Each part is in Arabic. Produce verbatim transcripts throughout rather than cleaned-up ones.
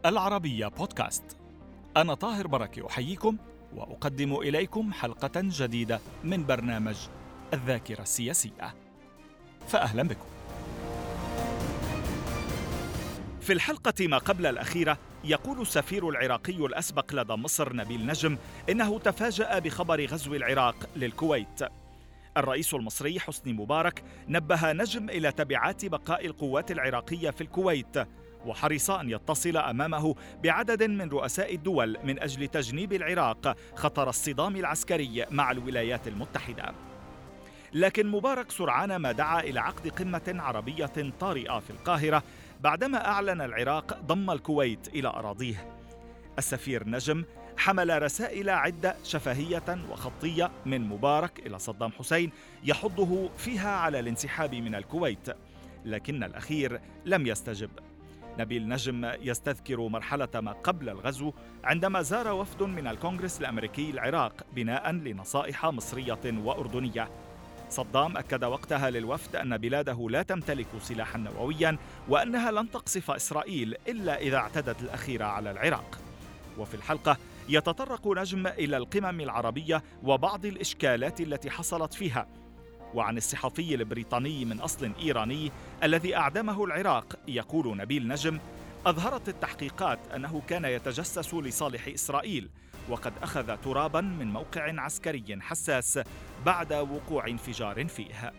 العربية بودكاست. أنا طاهر بركة أحييكم وأقدم إليكم حلقة جديدة من برنامج الذاكرة السياسية، فأهلا بكم. في الحلقة ما قبل الأخيرة يقول السفير العراقي الأسبق لدى مصر نبيل نجم إنه تفاجأ بخبر غزو العراق للكويت. الرئيس المصري حسني مبارك نبه نجم إلى تبعات بقاء القوات العراقية في الكويت، وحرص أن يتصل أمامه بعدد من رؤساء الدول من أجل تجنيب العراق خطر الصدام العسكري مع الولايات المتحدة. لكن مبارك سرعان ما دعا إلى عقد قمة عربية طارئة في القاهرة بعدما أعلن العراق ضم الكويت إلى أراضيه. السفير نجم حمل رسائل عدة شفهية وخطية من مبارك إلى صدام حسين يحضه فيها على الانسحاب من الكويت، لكن الأخير لم يستجب. نبيل نجم يستذكر مرحلة ما قبل الغزو عندما زار وفد من الكونغرس الأمريكي العراق بناء لنصائح مصرية وأردنية. صدام أكد وقتها للوفد أن بلاده لا تمتلك سلاحا نوويا وأنها لن تقصف إسرائيل إلا إذا اعتدت الأخيرة على العراق. وفي الحلقة يتطرق نجم إلى القمم العربية وبعض الإشكالات التي حصلت فيها، وعن الصحفي البريطاني من أصل إيراني الذي أعدمه العراق. يقول نبيل نجم: أظهرت التحقيقات أنه كان يتجسس لصالح إسرائيل، وقد أخذ ترابا من موقع عسكري حساس بعد وقوع انفجار فيه.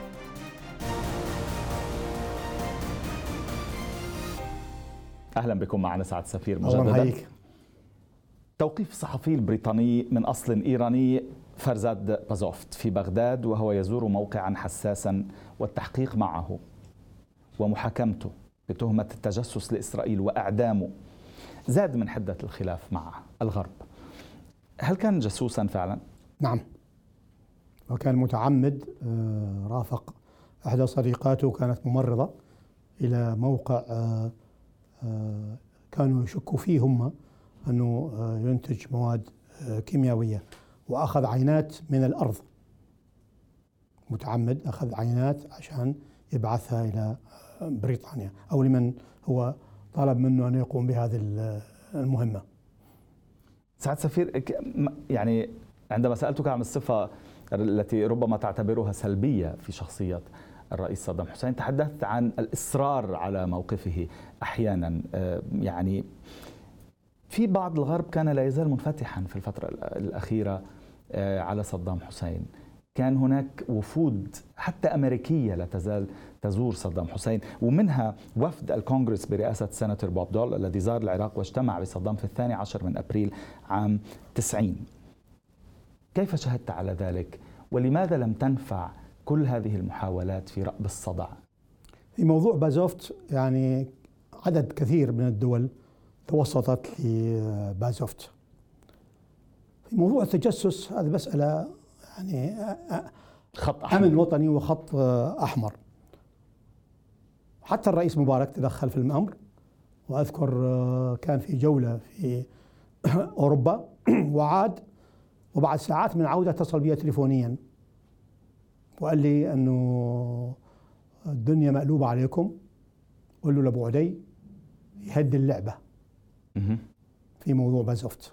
أهلا بكم معنا سعد السفير مجددا. توقيف الصحفي البريطاني من أصل إيراني فرزاد بازوفت في بغداد وهو يزور موقعا حساسا والتحقيق معه ومحاكمته بتهمة التجسس لإسرائيل وإعدامه زاد من حدة الخلاف مع الغرب. هل كان جاسوسا فعلا؟ نعم، وكان متعمد. رافق إحدى صديقاته كانت ممرضة إلى موقع كانوا يشكوا فيه هم أنه ينتج مواد كيميائية، وأخذ عينات من الأرض. متعمد أخذ عينات عشان يبعثها إلى بريطانيا أو لمن هو طلب منه أن يقوم بهذه المهمة. سعد سفير، يعني عندما سألتك عن الصفة التي ربما تعتبرها سلبية في شخصية الرئيس صدام حسين، تحدثت عن الإصرار على موقفه أحيانا. يعني في بعض الغرب كان لا يزال منفتحا في الفترة الأخيرة على صدام حسين. كان هناك وفود حتى أمريكية لا تزال تزور صدام حسين، ومنها وفد الكونغرس برئاسة السناتور بوب دول الذي زار العراق واجتمع بصدام في الثاني عشر من أبريل عام تسعين. كيف شهدت على ذلك؟ ولماذا لم تنفع كل هذه المحاولات في رأب الصدع؟ في موضوع بازوفت يعني عدد كثير من الدول توسطت لبازوفت. في موضوع التجسس هذه مسألة يعني خط أحمر. أمن وطني وخط أحمر. حتى الرئيس مبارك تدخل في الأمر، وأذكر كان في جولة في أوروبا وعاد، وبعد ساعات من عودة اتصل بي تليفونيا وقال لي أنه الدنيا مقلوبة عليكم، قل له لأبو عدي يهدي اللعبة في موضوع بازوفت.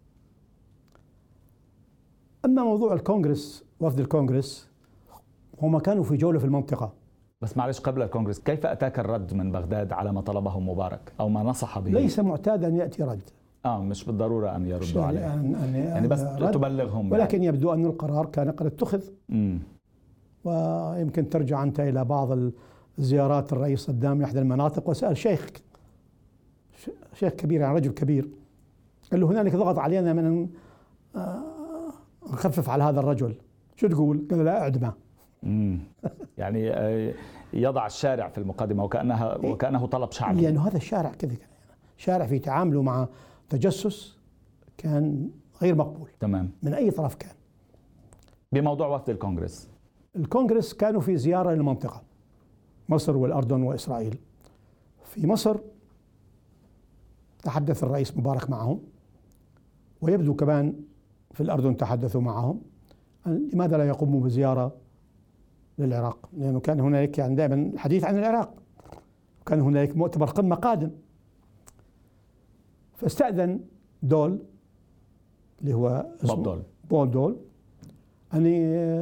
أما موضوع الكونغرس، وفد الكونغرس هم كانوا في جولة في المنطقة. بس معلش، قبل الكونغرس كيف أتاك الرد من بغداد على ما طلبه مبارك أو ما نصح به؟ ليس معتاد أن يأتي رد. آه مش بالضرورة أن يردوا عليه، يعني, يعني بس تبلغهم، ولكن يعني. يبدو أن القرار كان قد اتخذ. مم. ويمكن ترجع أنت إلى بعض الزيارات الرئيس صدام لأحد المناطق وسأل شيخ شيخ كبير، يعني رجل كبير، قال له هنالك ضغط علينا من نخفف على هذا الرجل، شو تقول؟ قال لا أعدمه. يعني يضع الشارع في المقدمة وكأنها وكأنه طلب شعبي، لأنه يعني هذا الشارع كذا شارع في تعامله مع تجسس كان غير مقبول تمام من أي طرف كان. بموضوع وفد الكونغرس، الكونغرس كانوا في زيارة للمنطقة، مصر والأردن وإسرائيل. في مصر تحدث الرئيس مبارك معهم، ويبدو كمان في الأردن تحدثوا معهم. لماذا لا يقوموا بزيارة للعراق؟ لأنه كان هناك يعني دائما الحديث عن العراق، وكان هناك مؤتمر قمة قادم. فاستأذن دول اللي هو بوب دول بوب دول أني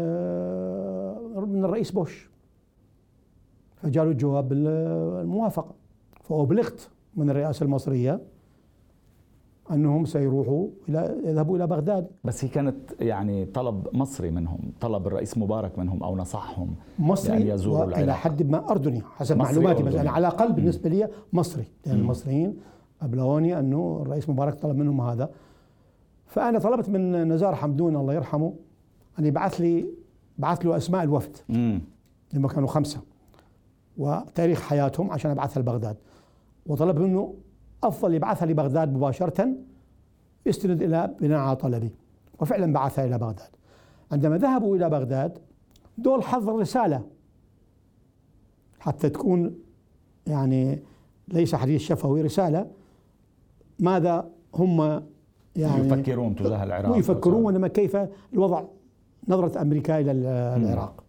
من الرئيس بوش، فجاء له الجواب بالموافقة، فأبلغت من الرئاسة المصرية أنهم سيروحوا إلى يذهبوا إلى بغداد. بس هي كانت يعني طلب مصري منهم، طلب الرئيس مبارك منهم أو نصحهم مصري يعني يزوروا العراق. إلى حد ما أردني حسب معلوماتي، بس أنا على الأقل بالنسبة لي مصري، لأن يعني المصريين أبلغوني أنه الرئيس مبارك طلب منهم هذا. فأنا طلبت من نزار حمدون الله يرحمه أن يبعث لي بعث له أسماء الوفد لما كانوا خمسة وتاريخ حياتهم عشان أبعثها لبغداد، وطلب منه أفضل يبعثها لبغداد مباشرة يستند إلى بناء على طلبي، وفعلا بعثها إلى بغداد. عندما ذهبوا إلى بغداد دول حضر رسالة حتى تكون يعني ليس حديث شفوي، رسالة ماذا هم يعني يفكرون تجاه العراق، مو يفكرون وإنما كيف الوضع، نظرة أمريكا إلى العراق.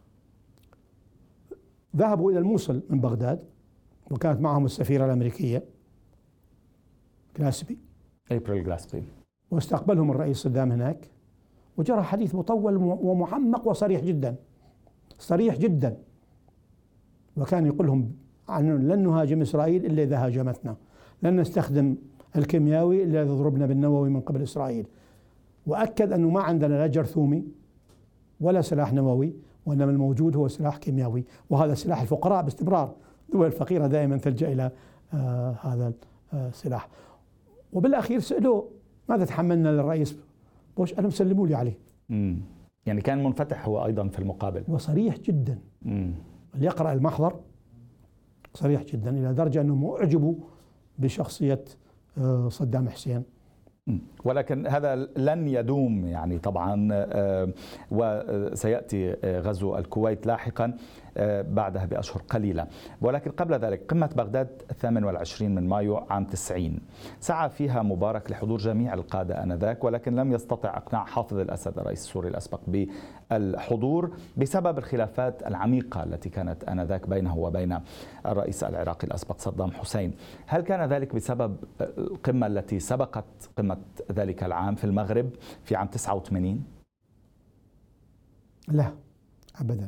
ذهبوا إلى الموصل من بغداد وكانت معهم السفيرة الأمريكية جلاسبي أبريل جلاسبي، واستقبلهم الرئيس صدام هناك، وجرى حديث مطول ومعمق وصريح جدا، صريح جدا، وكان يقول لهم عن لن نهاجم إسرائيل إلا إذا هاجمتنا، لن نستخدم الكيمياوي إلا إذا ضربنا بالنووي من قبل إسرائيل، وأكد أنه ما عندنا لا جرثومي ولا سلاح نووي، وإنما الموجود هو سلاح كيميائي، وهذا سلاح الفقراء باستمرار، الدول الفقيرة دائما تلجأ إلى آه هذا السلاح. وبالأخير سألوه ماذا تحملنا للرئيس بوش؟ قالوا سلموا لي عليه. مم. يعني كان منفتح هو أيضا في المقابل وصريح جدا. مم. اللي يقرأ المحضر صريح جدا إلى درجة أنهم أعجبوا بشخصية آه صدام حسين. ولكن هذا لن يدوم يعني طبعا، وسيأتي غزو الكويت لاحقا بعدها بأشهر قليلة. ولكن قبل ذلك قمة بغداد الثامن والعشرين من مايو عام تسعين سعى فيها مبارك لحضور جميع القادة آنذاك، ولكن لم يستطع إقناع حافظ الأسد الرئيس السوري الأسبق بالحضور بسبب الخلافات العميقة التي كانت آنذاك بينه وبين الرئيس العراقي الأسبق صدام حسين. هل كان ذلك بسبب القمة التي سبقت قمة ذلك العام في المغرب في عام تسعة وثمانين؟ لا أبدا.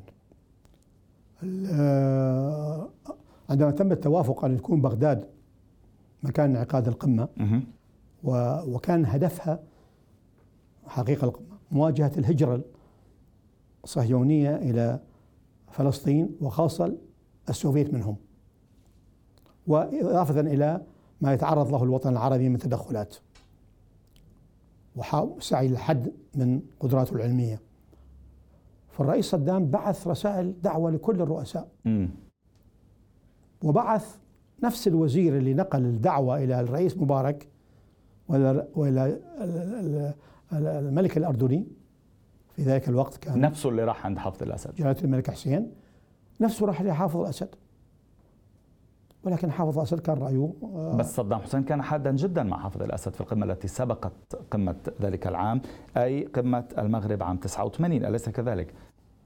عندما تم التوافق أن تكون بغداد مكان انعقاد القمة، وكان هدفها حقيقة القمة مواجهة الهجرة الصهيونية إلى فلسطين وخاصة السوفيت منهم، وإضافة إلى ما يتعرض له الوطن العربي من تدخلات وسعي للحد من قدراته العلمية. فالرئيس صدام بعث رسائل دعوة لكل الرؤساء، م. وبعث نفس الوزير اللي نقل الدعوة إلى الرئيس مبارك وإلى الملك الأردني في ذلك الوقت، كان نفسه اللي راح عند حافظ الأسد، جلالة الملك حسين نفسه راح لحافظ الأسد، ولكن حافظ الأسد كان رأيه. بس صدام حسين كان حادا جدا مع حافظ الأسد في القمة التي سبقت قمة ذلك العام، أي قمة المغرب عام تسعة وثمانين، أليس كذلك؟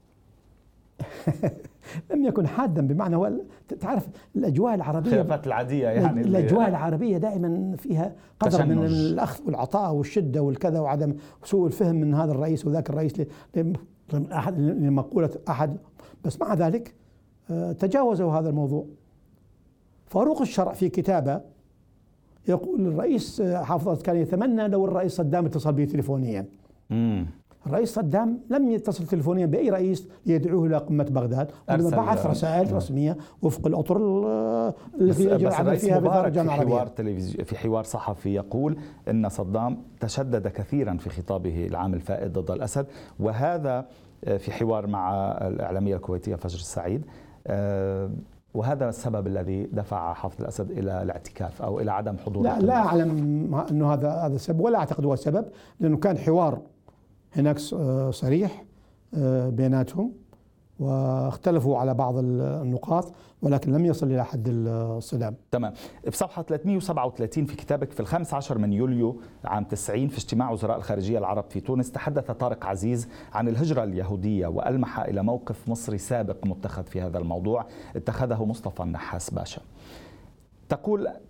لم يكن حادا بمعنى هو، تعرف الأجواء العربية الخلافات العادية يعني الأجواء العربية دائما فيها قدر تشنج من الأخذ والعطاء والشدة والكذا وعدم سوء الفهم من هذا الرئيس وذاك الرئيس لمقولة أحد، بس مع ذلك تجاوزوا هذا الموضوع. فاروق الشرع في كتابه يقول الرئيس حافظ كان يتمنى لو الرئيس صدام اتصل به تليفونيا. مم. الرئيس صدام لم يتصل تليفونيا بأي رئيس ليدعوه إلى قمة بغداد، وإنما بعث رسائل رسمية وفق الأطر التي يجري العمل فيها بالدرجة العربية. في حوار في حوار صحفي يقول إن صدام تشدد كثيرا في خطابه العام الفائت ضد الأسد، وهذا في حوار مع الإعلامية الكويتية فجر السعيد، وهذا السبب الذي دفع حافظ الأسد إلى الاعتكاف أو إلى عدم حضور. لا, لا أعلم أنه هذا هذا السبب، ولا أعتقد هو السبب، لأنه كان حوار هناك صريح بيناتهم، واختلفوا على بعض النقاط ولكن لم يصل إلى حد الصدام. تمام. في صفحة ثلاثمئة وسبعة وثلاثين في كتابك في الخامس عشر من يوليو عام تسعين في اجتماع وزراء الخارجية العرب في تونس، تحدث طارق عزيز عن الهجرة اليهودية وألمح إلى موقف مصري سابق متخذ في هذا الموضوع اتخذه مصطفى النحاس باشا. تقول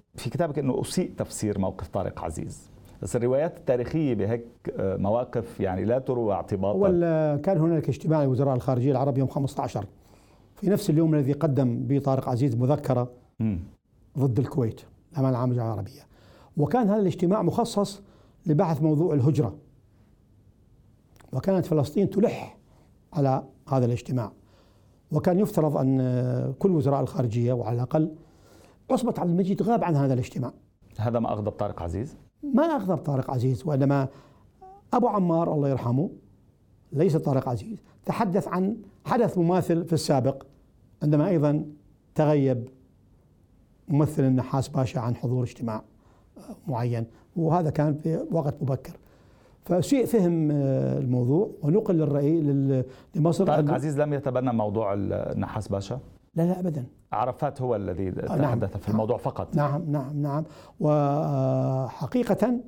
في كتابك أنه أسيء تفسير موقف طارق عزيز، بس الروايات التاريخية بهيك مواقف يعني لا تروى اعتباطا. كان هناك اجتماع لوزراء الخارجية العرب يوم خمسة عشر في نفس اليوم الذي قدم به طارق عزيز مذكرة م. ضد الكويت أمام العامة العربية، وكان هذا الاجتماع مخصص لبحث موضوع الهجرة، وكانت فلسطين تلح على هذا الاجتماع، وكان يفترض أن كل وزراء الخارجية وعلى الأقل عصمة عبد المجيد غاب عن هذا الاجتماع. هذا ما أغضب طارق عزيز؟ ما أغضب طارق عزيز، وإنما أبو عمار الله يرحمه ليس طارق عزيز تحدث عن حدث مماثل في السابق عندما أيضا تغيب ممثل النحاس باشا عن حضور اجتماع معين، وهذا كان في وقت مبكر، فسيء فهم الموضوع ونقل للرأي لمصر. طارق عزيز لم يتبنى موضوع النحاس باشا؟ لا لا أبدا، عرفات هو الذي تحدث نعم في الموضوع فقط. نعم نعم نعم. وحقيقة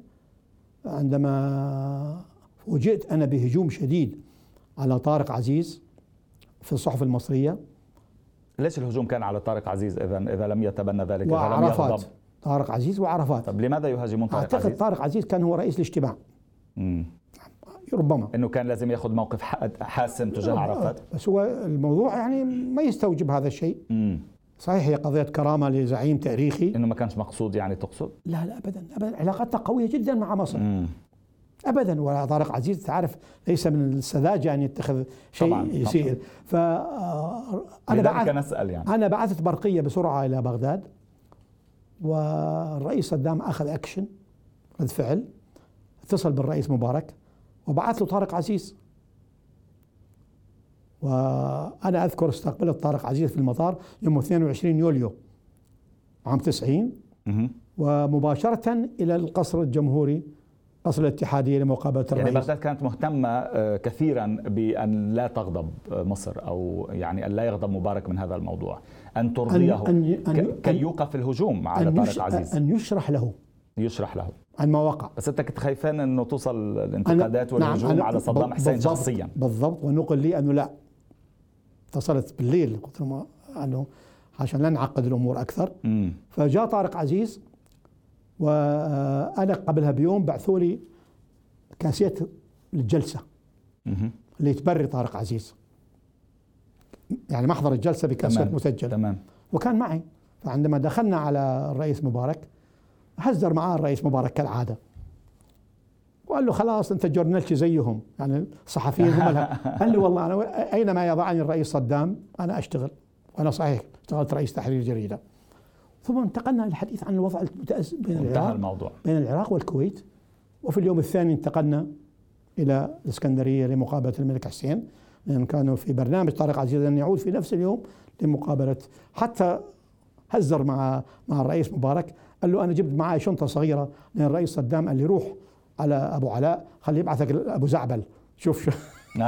عندما فوجئت أنا بهجوم شديد على طارق عزيز في الصحف المصرية. ليش الهجوم كان على طارق عزيز إذا إذا لم يتبنى ذلك؟ إذا لم وعرفات، طارق عزيز وعرفات. طب لماذا يهاجمون طارق أعتقد عزيز؟ أعتقد طارق عزيز كان هو رئيس الاجتماع. امم ربما انه كان لازم ياخذ موقف حاسم تجاه عرفات، بس هو الموضوع يعني ما يستوجب هذا الشيء. امم صحيح هي قضية كرامة لزعيم تاريخي، انه ما كانش مقصود يعني تقصد؟ لا لا ابدا ابدا، علاقتنا قوية جدا مع مصر. مم. ابدا. وطارق عزيز تعرف ليس من السذاجة ان يتخذ شيء يسير. ف انا بعث نسأل يعني انا بعثت برقية بسرعة الى بغداد، والرئيس صدام اخذ اكشن رد فعل، اتصل بالرئيس مبارك وبعث له طارق عزيز. وأنا أذكر استقبلت طارق عزيز في المطار يوم اثنين وعشرين يوليو عام تسعين، ومباشرة إلى القصر الجمهوري قصر الاتحادية لمقابلة الرئيس. يعني بغداد كانت مهتمة كثيرا بأن لا تغضب مصر، أو يعني أن لا يغضب مبارك من هذا الموضوع، أن ترضيه أن أن كي يوقف الهجوم على طارق عزيز، أن يشرح له يشرح له عن ما وقع. بس أنت كنت خايفان أنه توصل الانتقادات والهجوم نعم على صدام حسين شخصيا. بالضبط. ونقل لي أنه لا، اتصلت بالليل قلت له أنه عشان لا نعقد الأمور أكثر. مم. فجاء طارق عزيز، وأنا قبلها بيوم بعثوا لي كاسيت للجلسة مم. اللي تبري طارق عزيز، يعني محضر الجلسة بكاسيت مسجل. تمام. وكان معي. فعندما دخلنا على الرئيس مبارك هزر معاه الرئيس مبارك كالعادة، وقال له خلاص أنت جورنالشي زيهم، يعني الصحفيين هم لها. قال له والله أنا أينما يضعني الرئيس صدام أنا أشتغل، وأنا صحيح اشتغلت رئيس تحرير جريدة. ثم انتقلنا للحديث عن الوضع المتأزم بين العراق الموضوع. بين العراق والكويت. وفي اليوم الثاني انتقلنا إلى الإسكندرية لمقابلة الملك حسين، لأن كانوا في برنامج طارق عزيز أن يعود في نفس اليوم لمقابلة. حتى هزر مع مع الرئيس مبارك، قال له أنا جبت معي شنطة صغيرة، لأن الرئيس صدام قال لي روح على أبو علاء خليه يبعثك أبو زعبل. شوف شو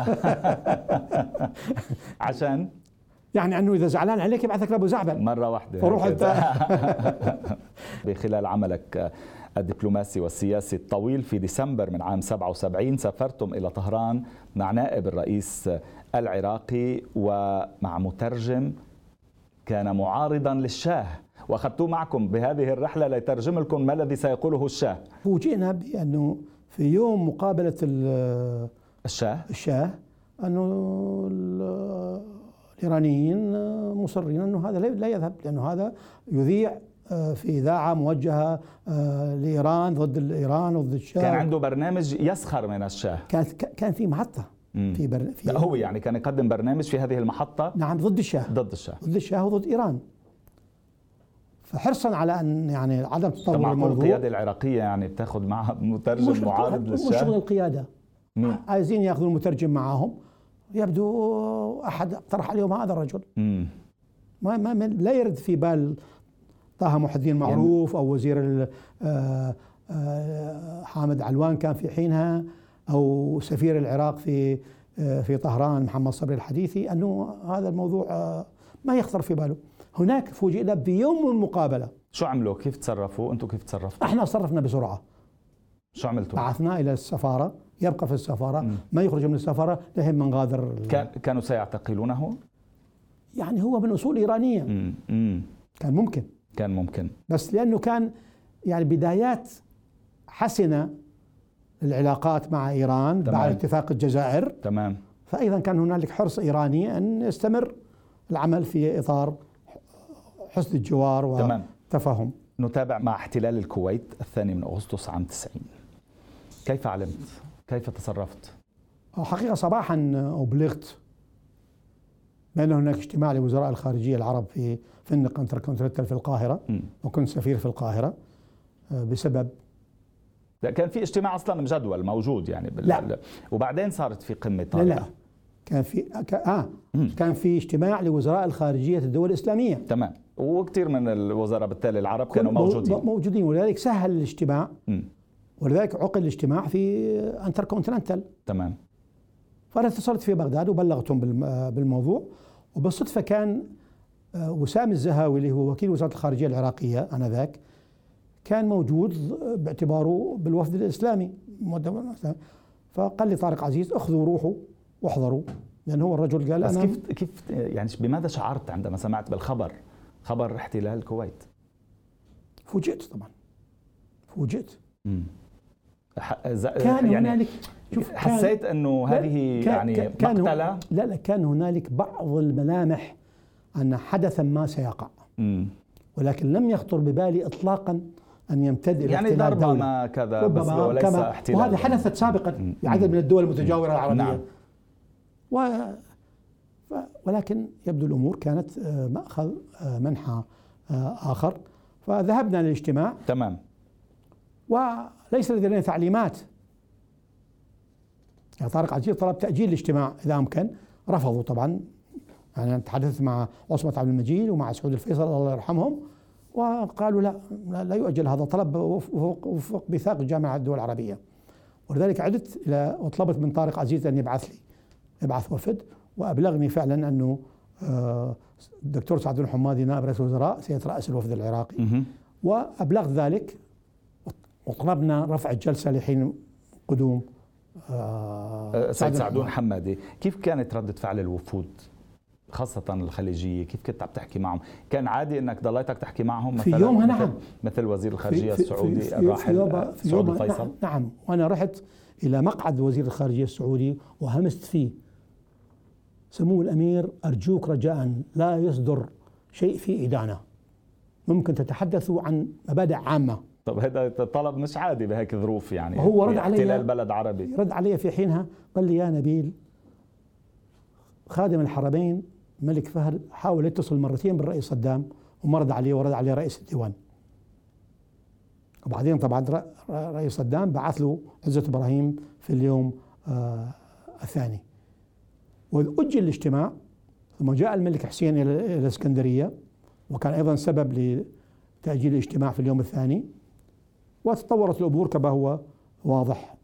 عشان يعني أنه إذا زعلان عليك يبعثك لأبو زعبل مرة واحدة. فروح أنت. بخلال عملك الدبلوماسي والسياسي الطويل في ديسمبر من عام سبعة وسبعين سافرتم إلى طهران مع نائب الرئيس العراقي ومع مترجم كان معارضا للشاه، وأخذتوه معكم بهذه الرحلة ليترجم لكم ما الذي سيقوله الشاه. فوجئنا بأنه في يوم مقابلة الشاه الشاه أنه الإيرانيين مصرين أنه هذا لا يذهب، لأنه هذا يذيع في إذاعة موجهة لإيران، ضد إيران وضد الشاه. كان عنده برنامج يسخر من الشاه. كان كان في محطة في, بر... في لا هو يعني كان يقدم برنامج في هذه المحطة. نعم ضد الشاه ضد الشاه ضد الشاه وضد إيران. فحرصا على أن يعني عدم تطور الموضوع. القيادة العراقية يعني بتاخذ معها مترجم معارض للشاه. مش شغل القيادة. مين؟ عايزين ياخذوا المترجم معهم، يبدو أحد اقترح عليهم هذا الرجل. مم. ما ما لا يرد في بال طه محي الدين معروف أو وزير حامد علوان كان في حينها، أو سفير العراق في في طهران محمد صبري الحديثي، أنه هذا الموضوع ما يخطر في باله. هناك فوجئنا بيوم المقابلة. شو عملوا؟ كيف تصرفوا؟ أنتم كيف تصرفتوا؟ احنا صرفنا بسرعة. شو عملتوا؟ بعثنا إلى السفارة، يبقى في السفارة م. ما يخرج من السفارة لهم من غادر. كان كانوا سيعتقلونه؟ يعني هو من أصول إيرانية. م. م. كان ممكن. كان ممكن، بس لأنه كان يعني بدايات حسنة العلاقات مع إيران تمام. بعد اتفاق الجزائر. تمام. فأيضا كان هنالك حرص إيراني أن يستمر العمل في إطار حسن الجوار والتفاهم. نتابع مع احتلال الكويت الثاني من أغسطس عام تسعين. كيف علمت؟ كيف تصرفت؟ حقيقة صباحا أبلغت بأن هناك اجتماع لوزراء الخارجية العرب في فندق انتركونتيننتال في القاهرة، م. وكنت سفير في القاهرة بسبب كان في اجتماع اصلا مجدول موجود يعني بال... لا. وبعدين صارت في قمه طارق. لا لا كان في ك... اه م. كان في اجتماع لوزراء الخارجيه الدول الاسلاميه. تمام. وكثير من الوزراء بالتالي العرب كانوا موجودين موجودين ولذلك سهل الاجتماع، م. ولذلك عقد الاجتماع في انتركونتيننتال. تمام. فانا اتصلت في بغداد وبلغتهم بالموضوع، وبالصدفه كان وسام الزهاوي اللي هو وكيل وزاره الخارجيه العراقيه انذاك كان موجود باعتباره بالوفد الإسلامي. فقال لي طارق عزيز اخذوا روحوا واحضروا، لأن هو الرجل قال بس أنا كيف كيف يعني بماذا شعرت عندما سمعت بالخبر، خبر احتلال الكويت؟ فوجئت طبعا فوجئت. امم ز... كان يعني هنالك حسيت انه هذه يعني كان مقتلة؟ لا لا كان هنالك بعض الملامح أن حدثا ما سيقع، امم ولكن لم يخطر ببالي اطلاقا ان يمتد الى يعني احتلال ضربة ما كذا بس وليس احتلال، وهذا حدثت سابقا في عدد من الدول المتجاورة العربية. نعم. و ولكن يبدو الامور كانت مأخذ منحى اخر، فذهبنا للاجتماع. تمام. وليس لدينا تعليمات. يعني طارق عزيز طلب تأجيل الاجتماع اذا امكن، رفضوا طبعا. يعني تحدثت مع عصمة عبد المجيد ومع سعود الفيصل الله يرحمهم، وقالوا لا لا يؤجل هذا الطلب وفق ميثاق الجامعة الدول العربية. ولذلك عدت إلى وطلبت من طارق عزيز أن يبعث لي يبعث وفد، وأبلغني فعلا أنه الدكتور سعد الحمادي نائب رئيس الوزراء سيترأس الوفد العراقي، وأبلغت ذلك وطلبنا رفع الجلسة لحين قدوم سيد سعدون حمادي. كيف كانت ردة فعل الوفود خاصة الخليجية؟ كيف كنت عم تحكي معهم؟ كان عادي انك ضليتك تحكي معهم في يومها؟ نعم. مثل وزير الخارجية في السعودي في الراحل في سعود الفيصل؟ نعم, نعم. وانا رحت الى مقعد وزير الخارجية السعودي وهمست فيه: سمو الامير ارجوك رجاء لا يصدر شيء في إدانة، ممكن تتحدثوا عن مبادئ عامة. طب هذا طلب مش عادي بهيك ظروف، يعني هو رد علي احتلال بلد عربي. رد علي في حينها قال لي: يا نبيل، خادم الحرمين الملك فهد حاول يتصل مرتين بالرئيس صدام وما رد عليه، ورد عليه رئيس الديوان. وبعدين طبعا رئيس صدام بعث له عزت إبراهيم في اليوم آه الثاني، وأجل الاجتماع. ثم جاء الملك حسين إلى الإسكندرية، وكان أيضا سبب لتأجيل الاجتماع في اليوم الثاني، وتطورت الأمور كما هو واضح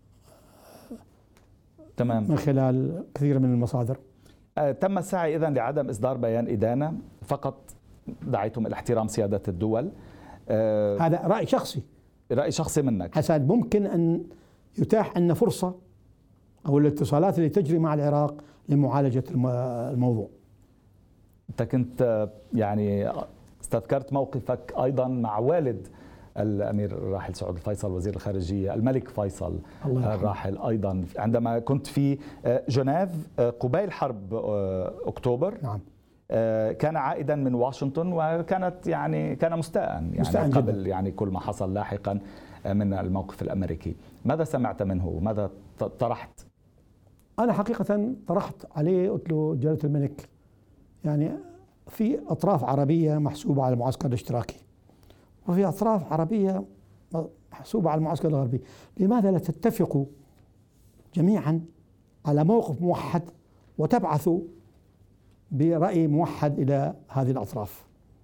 تمام من خلال كثير من المصادر. آه تم السعي إذن لعدم إصدار بيان إدانة، فقط دعيتم إلى احترام سيادة الدول. آه هذا رأي شخصي رأي شخصي منك حسن. ممكن أن يتاح لنا فرصة أو الاتصالات اللي تجري مع العراق لمعالجة الموضوع. أنت كنت يعني استذكرت موقفك أيضا مع والد الأمير الراحل سعود الفيصل وزير الخارجية، الملك فيصل الراحل، أيضا عندما كنت في جنيف قبيل حرب أكتوبر. نعم. كان عائدا من واشنطن، وكانت يعني كان مستاء يعني مستاء قبل جداً. يعني كل ما حصل لاحقا من الموقف الأمريكي. ماذا سمعت منه؟ ماذا طرحت؟ أنا حقيقة طرحت عليه، قلت له: جلالة الملك، يعني في أطراف عربية محسوبة على المعسكر الاشتراكي، وفي أطراف عربية محسوبة على المعسكر الغربي، لماذا لا تتفقوا جميعا على موقف موحد وتبعثوا برأي موحد إلى هذه الأطراف؟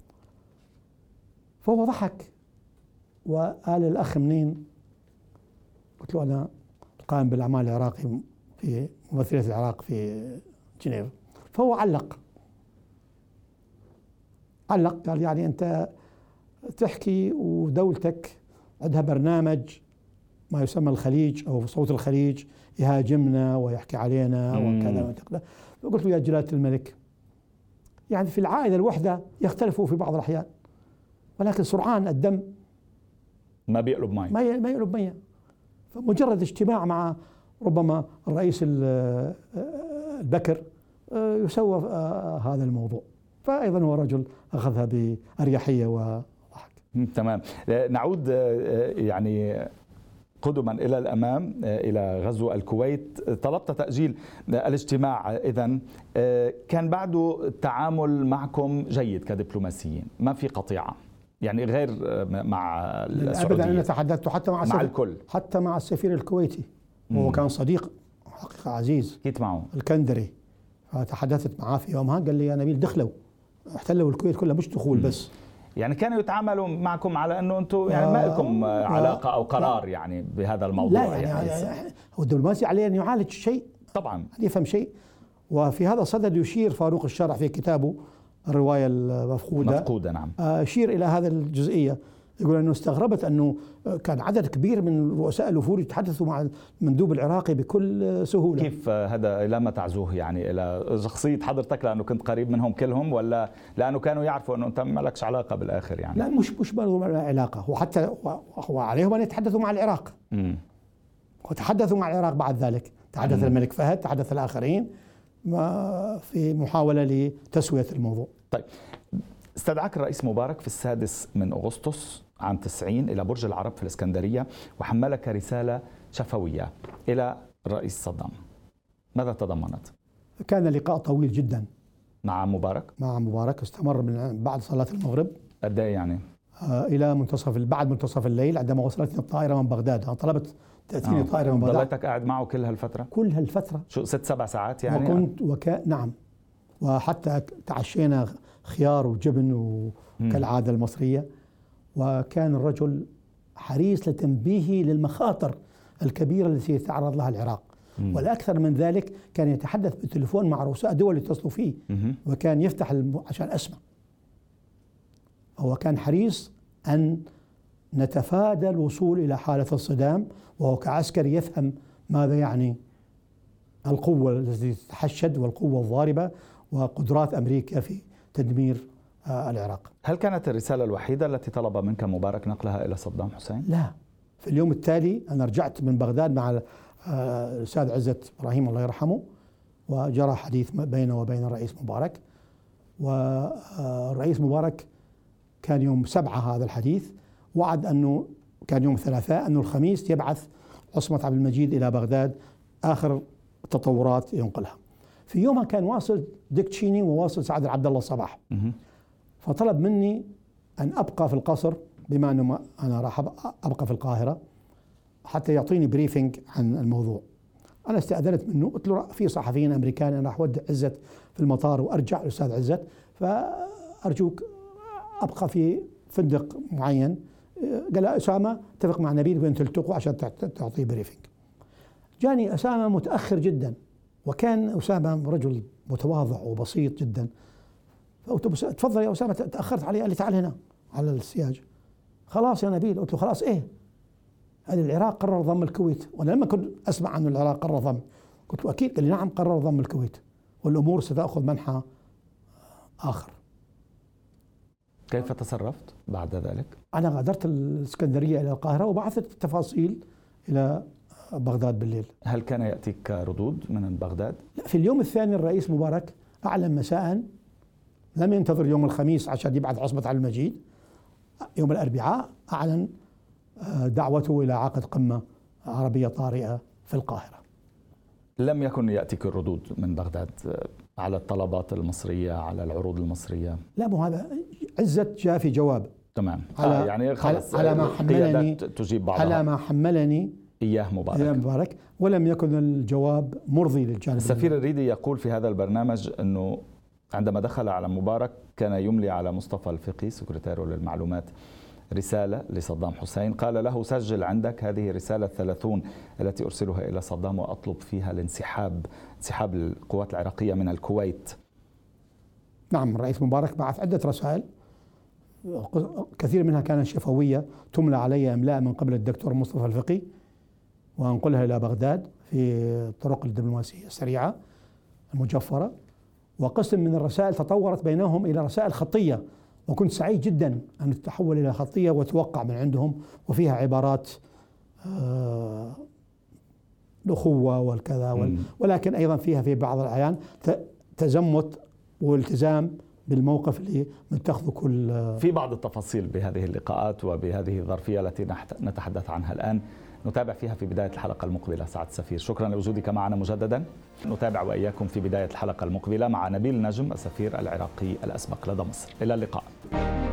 فهو ضحك وقال: الأخ منين؟ قلت له: أنا القائم بالأعمال العراقي في ممثلية العراق في جنيف. فهو علق علق قال: يعني أنت تحكي ودولتك عندها برنامج ما يسمى الخليج أو صوت الخليج يهاجمنا ويحكي علينا وكذا وكذا. فقلت له: يا جلالة الملك، يعني في العائلة الوحدة يختلفوا في بعض الأحيان، ولكن سرعان الدم ما بيقلب مي ما ما يقلب مية. فمجرد اجتماع مع ربما الرئيس البكر يسوى هذا الموضوع. فأيضا هو رجل أخذها بأريحية وضحك. تمام. نعود يعني قدما إلى الأمام إلى غزو الكويت. طلبت تأجيل الاجتماع، إذن كان بعده التعامل معكم جيد كدبلوماسيين، ما في قطيعة يعني غير مع السعودية؟ أبدا. أنا تحدثت حتى مع, مع الكل، حتى مع السفير الكويتي وهو كان صديق حقيقة عزيز كيت معه الكندري. فتحدثت معاه في يومها قال لي يا نبيل دخلوا احتلوا الكويت كلها مش دخول بس. يعني كانوا يتعاملوا معكم على انه انتم يعني ما لكم علاقه او قرار يعني بهذا الموضوع؟ لا يعني, يعني هو الدبلوماسي عليه ان يعالج شيء، طبعا ان يفهم شيء. وفي هذا الصدد يشير فاروق الشرح في كتابه الروايه المفقوده مفقوده نعم، يشير الى هذا الجزئيه. يقول انه استغربت انه كان عدد كبير من رؤساء الوفود يتحدثوا مع المندوب العراقي بكل سهوله. كيف هذا الى ما تعزوه يعني الى شخصيه حضرتك لانه كنت قريب منهم كلهم، ولا لانه كانوا يعرفوا انه انت ما لكش علاقه بالاخر يعني؟ لا مش مش ما علاقه، هو حتى هو عليهم ان يتحدثوا مع العراق. امم وتحدثوا مع العراق بعد ذلك، تحدث مم. الملك فهد، تحدث الاخرين ما في محاوله لتسويه الموضوع. طيب، استدعاك الرئيس مبارك في السادس من أغسطس عام تسعين إلى برج العرب في الإسكندرية وحملك رسالة شفوية إلى الرئيس صدام. ماذا تضمنت؟ كان لقاء طويل جدا مع مبارك؟ مع مبارك استمر من بعد صلاة المغرب. قد ايه يعني؟ آه إلى منتصف بعد منتصف الليل عندما وصلتني الطائرة من بغداد. أنا طلبت تأتيني آه. طائرة من بغداد. ضليتك قاعد معه كل هالفترة؟ كل هالفترة. شو ست سبع ساعات يعني؟ وكنت وكا نعم، وحتى تعشينا خيار وجبن وكالعادة المصرية. وكان الرجل حريص لتنبيهي للمخاطر الكبيرة التي يتعرض لها العراق. مم. والأكثر من ذلك كان يتحدث بالتليفون مع رؤساء دول يتصلوا فيه. مم. وكان يفتح الم... عشان أسمع. هو كان حريص أن نتفادى الوصول إلى حالة الصدام، وهو كعسكري يفهم ماذا يعني القوة التي تتحشد والقوة الضاربة وقدرات أمريكا في تدمير العراق. هل كانت الرسالة الوحيدة التي طلب منك مبارك نقلها إلى صدام حسين؟ لا، في اليوم التالي أنا رجعت من بغداد مع الأستاذ عزت إبراهيم الله يرحمه، وجرى حديث بينه وبين الرئيس مبارك. والرئيس مبارك كان يوم سبعة هذا الحديث، وعد أنه كان يوم الثلاثاء أنه الخميس يبعث عصمت عبد المجيد إلى بغداد آخر التطورات ينقلها. في يومها كان واصل ديك تشيني وواصل سعد عبد الله الصباح. فطلب مني أن أبقى في القصر بما أنه أنا راح أبقى في القاهرة حتى يعطيني بريفنج عن الموضوع. أنا استأذنت منه، قلت له في صحفيين أمريكان أنا راح أودع عزت في المطار وأرجع الأستاذ عزت، فأرجوك أبقى في فندق معين. قال أسامة اتفق مع نبيل وين تلتقوا عشان تعطيه بريفنج. جاني أسامة متأخر جدا، وكان أسامة رجل متواضع وبسيط جدا. فقلت تفضل يا أسامة تأخرت علي. قال لي تعال هنا على السياج. خلاص يا نبيل. قلت له خلاص إيه؟ قال العراق قرر ضم الكويت. وأنا لما كنت أسمع عن العراق قرر ضم قلت له أكيد. قال لي نعم قرر ضم الكويت والأمور ستأخذ منحى آخر. كيف تصرفت بعد ذلك؟ أنا غادرت الإسكندرية إلى القاهرة وبعثت التفاصيل إلى بغداد بالليل. هل كان يأتيك ردود من بغداد؟ لا، في اليوم الثاني الرئيس مبارك أعلن مساء، لم ينتظر يوم الخميس عشان يبعث عصمت عبد المجيد. يوم الأربعاء أعلن دعوته إلى عقد قمة عربية طارئة في القاهرة. لم يكن يأتيك الردود من بغداد على الطلبات المصرية، على العروض المصرية؟ لا، مو هذا. عزت جاء في جواب. تمام. على آه يعني خلص على ما حملني تجيب بعضها. على ما حملني إياه مبارك. إياه مبارك، ولم يكن الجواب مرضي للجانب. السفير الريدي يقول في هذا البرنامج أنه عندما دخل على مبارك كان يملي على مصطفى الفقي سكرتيره للمعلومات رسالة لصدام حسين، قال له سجل عندك هذه الرسالة الثلاثون التي أرسلها إلى صدام وأطلب فيها الانسحاب انسحاب القوات العراقية من الكويت. نعم، الرئيس مبارك بعث عدة رسائل، كثير منها كانت شفوية تملى علي إملاء من قبل الدكتور مصطفى الفقي وأنقلها إلى بغداد في الطرق الدبلوماسية السريعة المجفرة. وقسم من الرسائل تطورت بينهم إلى رسائل خطية وكنت سعيد جدا أن تتحول إلى خطية وتوقع من عندهم، وفيها عبارات آه الأخوة والكذا وال... ولكن أيضا فيها في بعض الأحيان تزمت والتزام بالموقف اللي متخذه كل. في بعض التفاصيل بهذه اللقاءات وبهذه الظرفية التي نتحدث عنها الآن نتابع فيها في بداية الحلقة المقبلة. سعادة السفير، شكرا لوجودك معنا مجددا. نتابع وإياكم في بداية الحلقة المقبلة مع نبيل نجم السفير العراقي الأسبق لدى مصر. إلى اللقاء.